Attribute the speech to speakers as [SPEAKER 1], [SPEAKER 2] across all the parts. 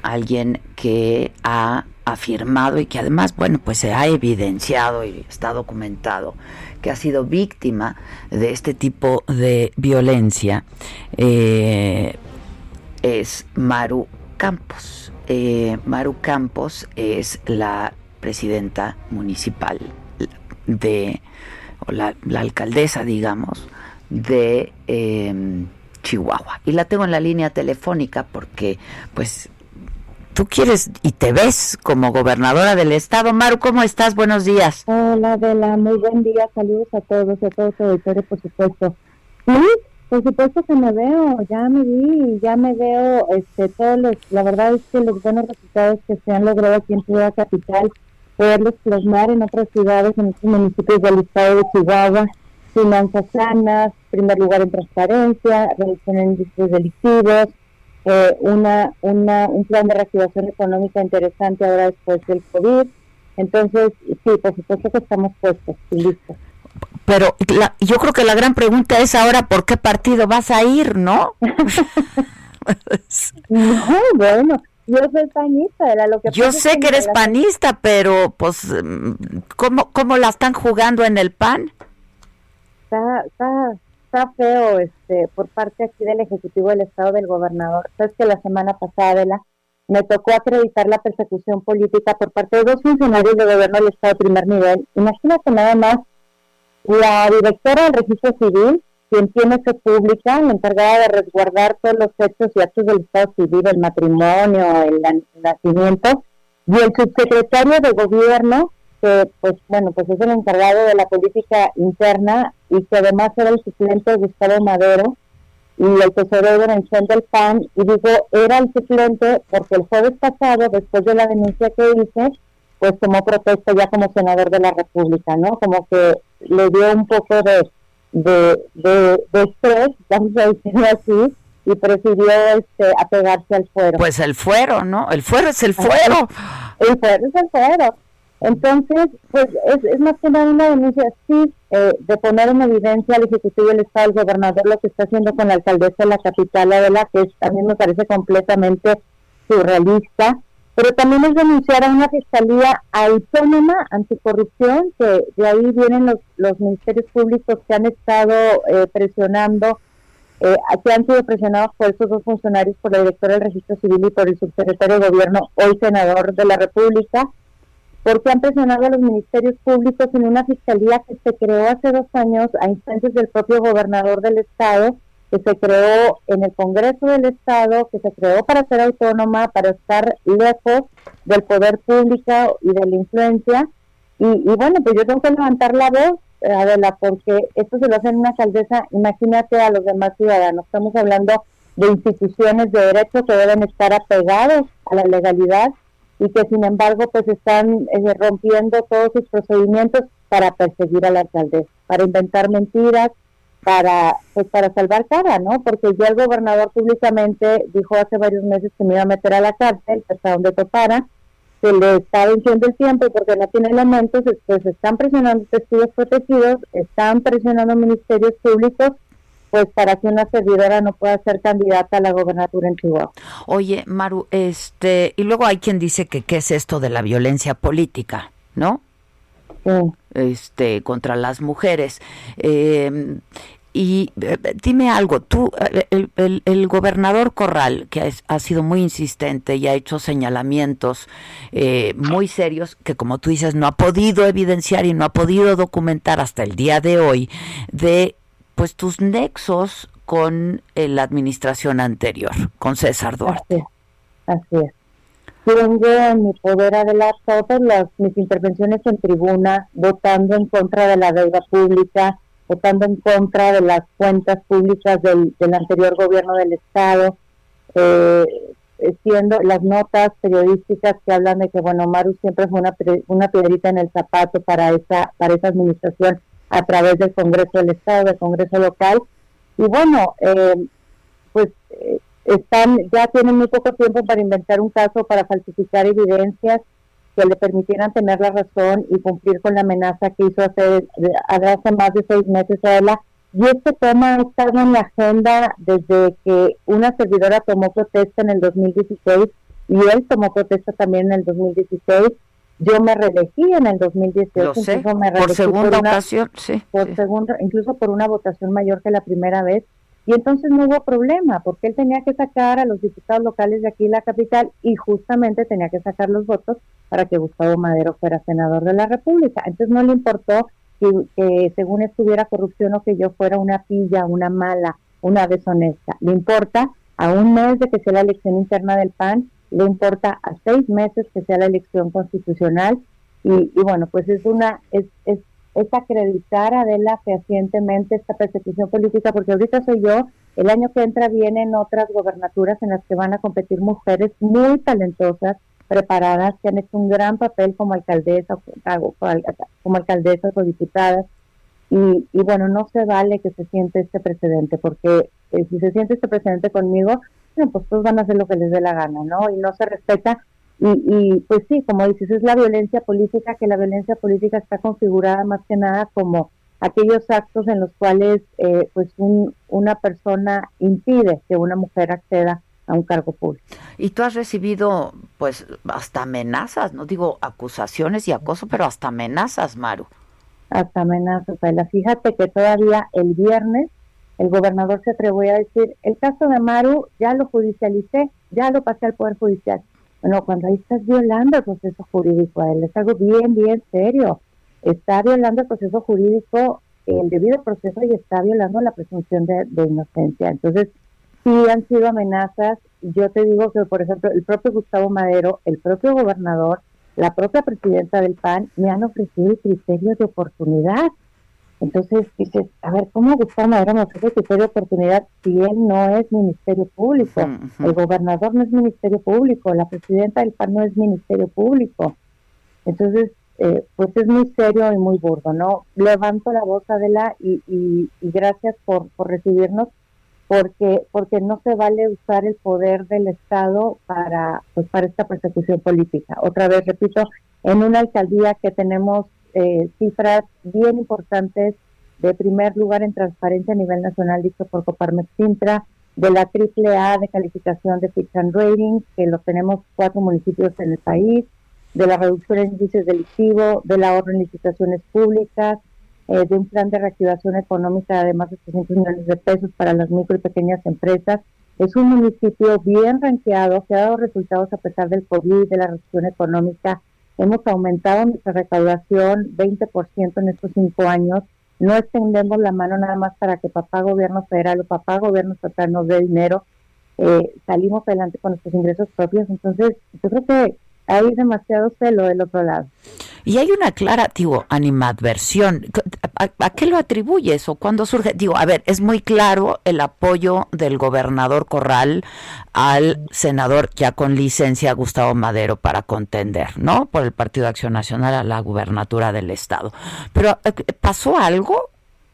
[SPEAKER 1] alguien que ha afirmado y que además, bueno, pues se ha evidenciado y está documentado que ha sido víctima de este tipo de violencia, es Maru Campos. Maru Campos es la presidenta municipal o la alcaldesa, digamos, de Chihuahua. Y la tengo en la línea telefónica porque, pues, tú quieres y te ves como gobernadora del estado. Maru, ¿cómo estás? Buenos días.
[SPEAKER 2] Hola, Adela, muy buen día. Saludos a todos tu auditorio, por supuesto. Sí, por supuesto que me veo, ya me vi, ya me veo, la verdad es que los buenos resultados que se han logrado aquí en Ciudad Capital, poderlos plasmar en otras ciudades, en otros municipios del estado de Chihuahua, finanzas sanas, primer lugar en transparencia, reducción en índices delictivos, un plan de reactivación económica interesante ahora después del COVID. Entonces, sí, por supuesto que estamos puestos y listos.
[SPEAKER 1] Pero yo creo que la gran pregunta es ahora, ¿por qué partido vas a ir, no?
[SPEAKER 2] No, bueno, yo soy panista, era lo que
[SPEAKER 1] yo sé que eres panista, pero pues, ¿cómo la están jugando en el PAN?
[SPEAKER 2] Está feo, por parte aquí del Ejecutivo del Estado, del Gobernador. Sabes que la semana pasada, Adela, me tocó acreditar la persecución política por parte de 2 funcionarios de gobierno del Estado de primer nivel. Imagínate nada más, la directora del Registro Civil, quien tiene fe pública, la encargada de resguardar todos los hechos y actos del Estado civil, el matrimonio, el nacimiento, y el subsecretario de Gobierno, que pues es el encargado de la política interna y que además era el suplente de Gustavo Madero y el tesorero de mención del PAN, y digo, era el suplente porque el jueves pasado, después de la denuncia que hice, pues tomó protesta ya como senador de la República, ¿no? Como que le dio un poco de estrés, vamos a decirlo así, y prefirió apegarse al fuero.
[SPEAKER 1] Pues el fuero, ¿no? El fuero es el fuero.
[SPEAKER 2] El fuero es el fuero. Entonces, pues es más que nada una denuncia así, de poner en evidencia al Ejecutivo del Estado, al gobernador, lo que está haciendo con la alcaldesa de la capital, Adela, que también me parece completamente surrealista, pero también es denunciar a una fiscalía autónoma anticorrupción, que de ahí vienen los ministerios públicos que han estado presionando, que han sido presionados por estos 2 funcionarios, por la directora del Registro Civil y por el subsecretario de Gobierno, hoy senador de la República, porque han presionado a los ministerios públicos en una fiscalía que se creó hace 2 años a instancias del propio gobernador del estado, que se creó en el Congreso del Estado, que se creó para ser autónoma, para estar lejos del poder público y de la influencia. Y bueno, pues yo tengo que levantar la voz, Adela, porque esto se lo hace en una alcaldesa, imagínate a los demás ciudadanos. Estamos hablando de instituciones de derecho que deben estar apegados a la legalidad y que sin embargo pues están rompiendo todos sus procedimientos para perseguir a la alcaldesa, para inventar mentiras, para salvar cara, ¿no? Porque ya el gobernador públicamente dijo hace varios meses que me iba a meter a la cárcel, hasta donde topara, que le está venciendo el tiempo y porque no tiene elementos, pues están presionando testigos protegidos, están presionando ministerios públicos, pues para que una servidora no pueda ser candidata a la gobernatura en Chihuahua.
[SPEAKER 1] Oye, Maru, y luego hay quien dice que qué es esto de la violencia política, ¿no? Sí. Contra las mujeres. Y dime algo, tú, el gobernador Corral, que ha sido muy insistente y ha hecho señalamientos muy serios, que como tú dices, no ha podido evidenciar y no ha podido documentar hasta el día de hoy, de pues tus nexos con la administración anterior, con César Duarte.
[SPEAKER 2] Así es. Tengo en mi poder, Adela, todas mis intervenciones en tribuna, votando en contra de la deuda pública, votando en contra de las cuentas públicas del anterior gobierno del Estado, siendo las notas periodísticas que hablan de que, bueno, Maru siempre fue una piedrita en el zapato para esa administración a través del Congreso del Estado, del Congreso local, y bueno, ya tienen muy poco tiempo para inventar un caso, para falsificar evidencias que le permitieran tener la razón y cumplir con la amenaza que hizo hace más de 6 meses a ella. Y este tema ha estado en la agenda desde que una servidora tomó protesta en el 2016 y él tomó protesta también en el 2016. Yo me reelegí en el 2018.
[SPEAKER 1] Lo sé, por segunda ocasión, sí.
[SPEAKER 2] Incluso por una votación mayor que la primera vez. Y entonces no hubo problema, porque él tenía que sacar a los diputados locales de aquí, la capital, y justamente tenía que sacar los votos para que Gustavo Madero fuera senador de la República. Entonces no le importó que según estuviera corrupción o que yo fuera una pilla, una mala, una deshonesta. Le importa a un mes de que sea la elección interna del PAN, le importa a 6 meses que sea la elección constitucional, y bueno, pues es acreditar, Adela, fehacientemente esta persecución política, porque ahorita soy yo, el año que entra vienen otras gobernaturas en las que van a competir mujeres muy talentosas, preparadas, que han hecho un gran papel como alcaldesas o diputadas, y bueno, no se vale que se siente este precedente, porque si se siente este precedente conmigo, bueno, pues todos van a hacer lo que les dé la gana, ¿no? Y no se respeta. Y pues sí, como dices, es la violencia política, que la violencia política está configurada más que nada como aquellos actos en los cuales pues una persona impide que una mujer acceda a un cargo público.
[SPEAKER 1] Y tú has recibido pues hasta amenazas, no digo acusaciones y acoso, pero hasta amenazas, Maru.
[SPEAKER 2] Hasta amenazas, Ayla. Fíjate que todavía el viernes el gobernador se atrevió a decir, el caso de Maru ya lo judicialicé, ya lo pasé al Poder Judicial. Bueno, cuando ahí estás violando el proceso jurídico, es algo bien serio. Está violando el proceso jurídico, el debido proceso, y está violando la presunción de inocencia. Entonces, sí han sido amenazas. Yo te digo que, por ejemplo, el propio Gustavo Madero, el propio gobernador, la propia presidenta del PAN, me han ofrecido criterios de oportunidad. Entonces dices, a ver, ¿cómo Gustavo Madero me ofrece criterio de oportunidad si él no es Ministerio Público? El gobernador no es Ministerio Público, la presidenta del PAN no es Ministerio Público. Entonces, pues es muy serio y muy burdo, ¿no? Levanto la voz, Adela, y gracias por recibirnos, porque no se vale usar el poder del Estado para esta persecución política. Otra vez, repito, en una alcaldía que tenemos cifras bien importantes, de primer lugar en transparencia a nivel nacional, dicho por Coparmex Cintra, de la AAA de calificación de Fitch and Ratings, que lo tenemos 4 municipios en el país, de la reducción de índices delictivos, del ahorro en licitaciones públicas, de un plan de reactivación económica de más de 300 millones de pesos para las micro y pequeñas empresas. Es un municipio bien ranqueado, que ha dado resultados a pesar del COVID, de la recesión económica. Hemos aumentado nuestra recaudación 20% en estos 5 años. No extendemos la mano nada más para que papá gobierno federal o papá gobierno estatal nos dé dinero. Salimos adelante con nuestros ingresos propios. Entonces, yo creo que hay demasiado celo del otro lado.
[SPEAKER 1] Y hay una clara, animadversión. ¿A qué lo atribuyes o cuándo surge? A ver, es muy claro el apoyo del gobernador Corral al senador ya con licencia Gustavo Madero para contender, ¿no? Por el Partido de Acción Nacional a la gubernatura del estado. Pero, ¿pasó algo?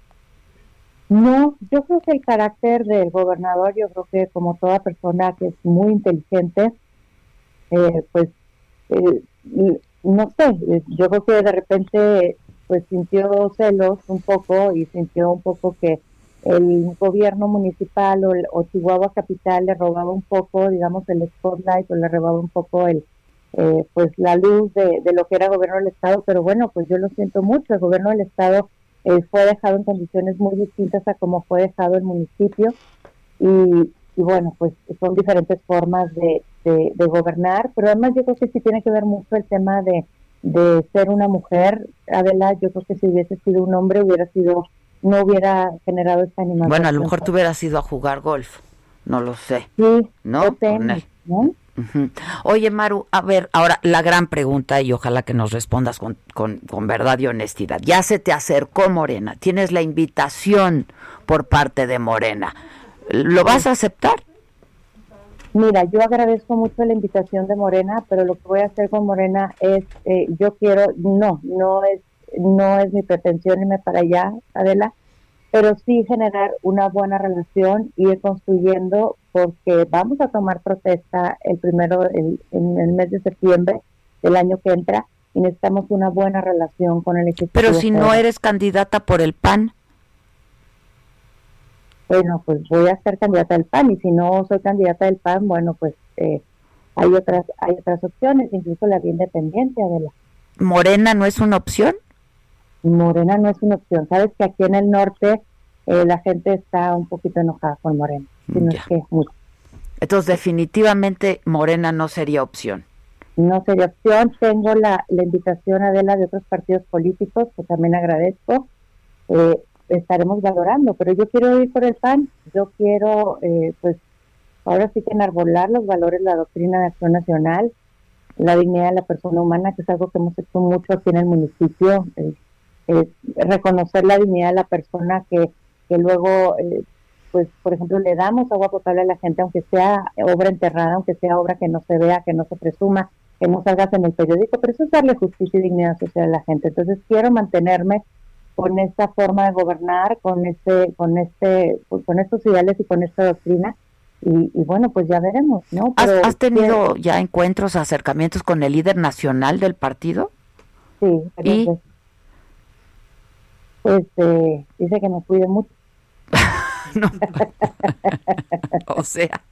[SPEAKER 2] No, yo creo que el carácter del gobernador, yo creo que como toda persona que es muy inteligente, no sé, yo creo que de repente pues sintió celos un poco y sintió un poco que el gobierno municipal o Chihuahua Capital le robaba un poco, digamos, el spotlight, o le robaba un poco pues la luz de lo que era gobierno del estado. Pero bueno, pues yo lo siento mucho, el gobierno del estado fue dejado en condiciones muy distintas a como fue dejado el municipio, y bueno, pues son diferentes formas de gobernar, pero además yo creo que sí tiene que ver mucho el tema de ser una mujer. Adela, yo creo que si hubiese sido un hombre no hubiera generado esta animación.
[SPEAKER 1] Bueno, a lo mejor tú huvieras ido a jugar golf, no lo sé.
[SPEAKER 2] Sí,
[SPEAKER 1] ¿no?
[SPEAKER 2] Tenis, ¿no?
[SPEAKER 1] Uh-huh. Oye, Maru, a ver, ahora la gran pregunta, y ojalá que nos respondas con verdad y honestidad. Ya se te acercó Morena, tienes la invitación por parte de Morena. ¿Lo vas a aceptar?
[SPEAKER 2] Mira, yo agradezco mucho la invitación de Morena, pero lo que voy a hacer con Morena es, no es mi pretensión irme para allá, Adela, pero sí generar una buena relación y ir construyendo, porque vamos a tomar protesta en el mes de septiembre del año que entra, y necesitamos una buena relación con el Ejecutivo.
[SPEAKER 1] Pero si no eres candidata por el PAN.
[SPEAKER 2] Bueno, pues voy a ser candidata del PAN, y si no soy candidata del PAN, bueno, pues hay otras opciones, incluso la vía independiente, Adela.
[SPEAKER 1] ¿Morena no es una opción?
[SPEAKER 2] Morena no es una opción. Sabes que aquí en el norte la gente está un poquito enojada con Morena. Sino es que mucho.
[SPEAKER 1] Entonces, definitivamente Morena no sería opción.
[SPEAKER 2] No sería opción. Tengo la invitación, Adela, de otros partidos políticos, que también agradezco. Estaremos valorando, pero yo quiero ir por el PAN. Yo quiero, pues, ahora sí que enarbolar los valores, la doctrina de acción nacional, la dignidad de la persona humana, que es algo que hemos hecho mucho aquí en el municipio. Reconocer la dignidad de la persona que luego, pues, por ejemplo, le damos agua potable a la gente, aunque sea obra enterrada, aunque sea obra que no se vea, que no se presuma, que no salgas en el periódico, pero eso es darle justicia y dignidad social a la gente. Entonces quiero mantenerme con esta forma de gobernar, con estos ideales y con esta doctrina, y bueno, pues ya veremos, ¿no? Pero,
[SPEAKER 1] ¿Has tenido ya encuentros, acercamientos con el líder nacional del partido?
[SPEAKER 2] Sí, ¿y? Pues dice que me cuide mucho.
[SPEAKER 1] No. O sea,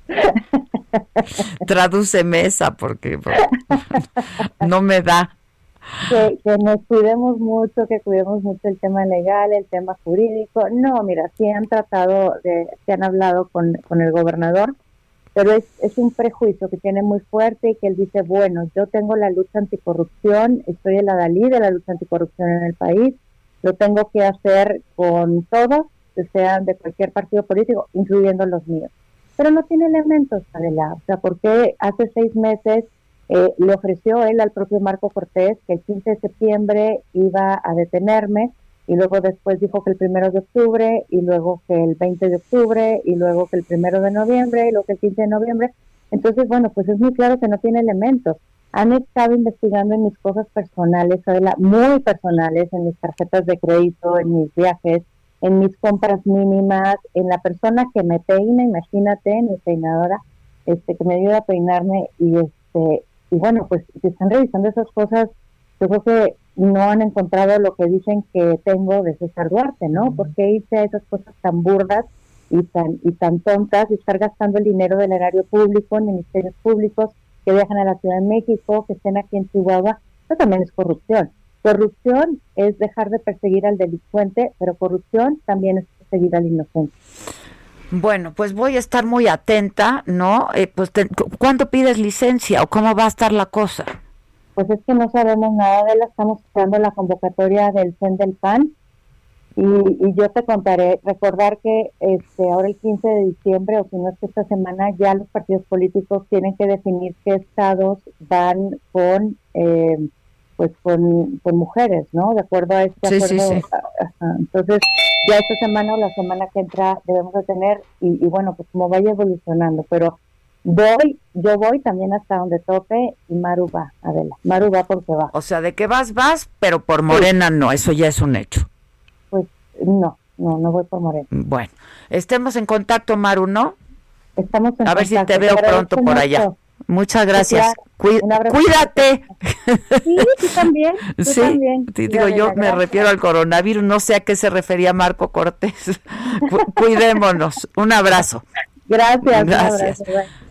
[SPEAKER 1] tradúceme esa porque no me da.
[SPEAKER 2] Que nos cuidemos mucho, que cuidemos mucho el tema legal, el tema jurídico. No, mira, sí han hablado con el gobernador, pero es un prejuicio que tiene muy fuerte, y que él dice, bueno, yo tengo la lucha anticorrupción, estoy el adalid de la lucha anticorrupción en el país, lo tengo que hacer con todos, que sean de cualquier partido político, incluyendo los míos. Pero no tiene elementos, Adela. O sea, porque hace 6 meses le ofreció él al propio Marco Cortés que el 15 de septiembre iba a detenerme, y luego después dijo que el 1 de octubre, y luego que el 20 de octubre, y luego que el 1 de noviembre, y luego que el 15 de noviembre. Entonces, bueno, pues es muy claro que no tiene elementos. Han estado investigando en mis cosas personales, Adela, muy personales, en mis tarjetas de crédito, en mis viajes, en mis compras mínimas, en la persona que me peina, imagínate, mi peinadora, que me ayuda a peinarme, y bueno, pues si están revisando esas cosas, yo creo que no han encontrado lo que dicen que tengo de César Duarte, ¿no? Porque hice esas cosas tan burdas y tan tontas, y estar gastando el dinero del erario público en ministerios públicos que viajan a la Ciudad de México, que estén aquí en Chihuahua. Eso también es corrupción. Corrupción es dejar de perseguir al delincuente, pero corrupción también es perseguir al inocente.
[SPEAKER 1] Bueno, pues voy a estar muy atenta, ¿no? ¿Cuándo pides licencia o cómo va a estar la cosa?
[SPEAKER 2] Pues es que no sabemos nada de la, estamos esperando la convocatoria del CEN del PAN, y yo te contaré. Recordar que ahora el 15 de diciembre, o si no es que esta semana, ya los partidos políticos tienen que definir qué estados van con mujeres, ¿no? De acuerdo a este acuerdo. Sí. Entonces, ya esta semana o la semana que entra debemos de tener, y bueno, pues como vaya evolucionando, pero yo voy también hasta donde tope, y Maru va, Adela. Maru va porque va.
[SPEAKER 1] O sea, de que vas, pero por Morena sí. No, eso ya es un hecho.
[SPEAKER 2] Pues no voy por Morena.
[SPEAKER 1] Bueno, estemos en contacto, Maru, ¿no?
[SPEAKER 2] Estamos en
[SPEAKER 1] contacto. A ver si te veo pronto por allá. Muchas gracias. Cuídate.
[SPEAKER 2] Sí, tú también.
[SPEAKER 1] Sí, también. Digo, yo me refiero al coronavirus, no sé a qué se refería Marco Cortés. Cuidémonos. Un abrazo.
[SPEAKER 2] Gracias.
[SPEAKER 1] Gracias.
[SPEAKER 2] Un abrazo.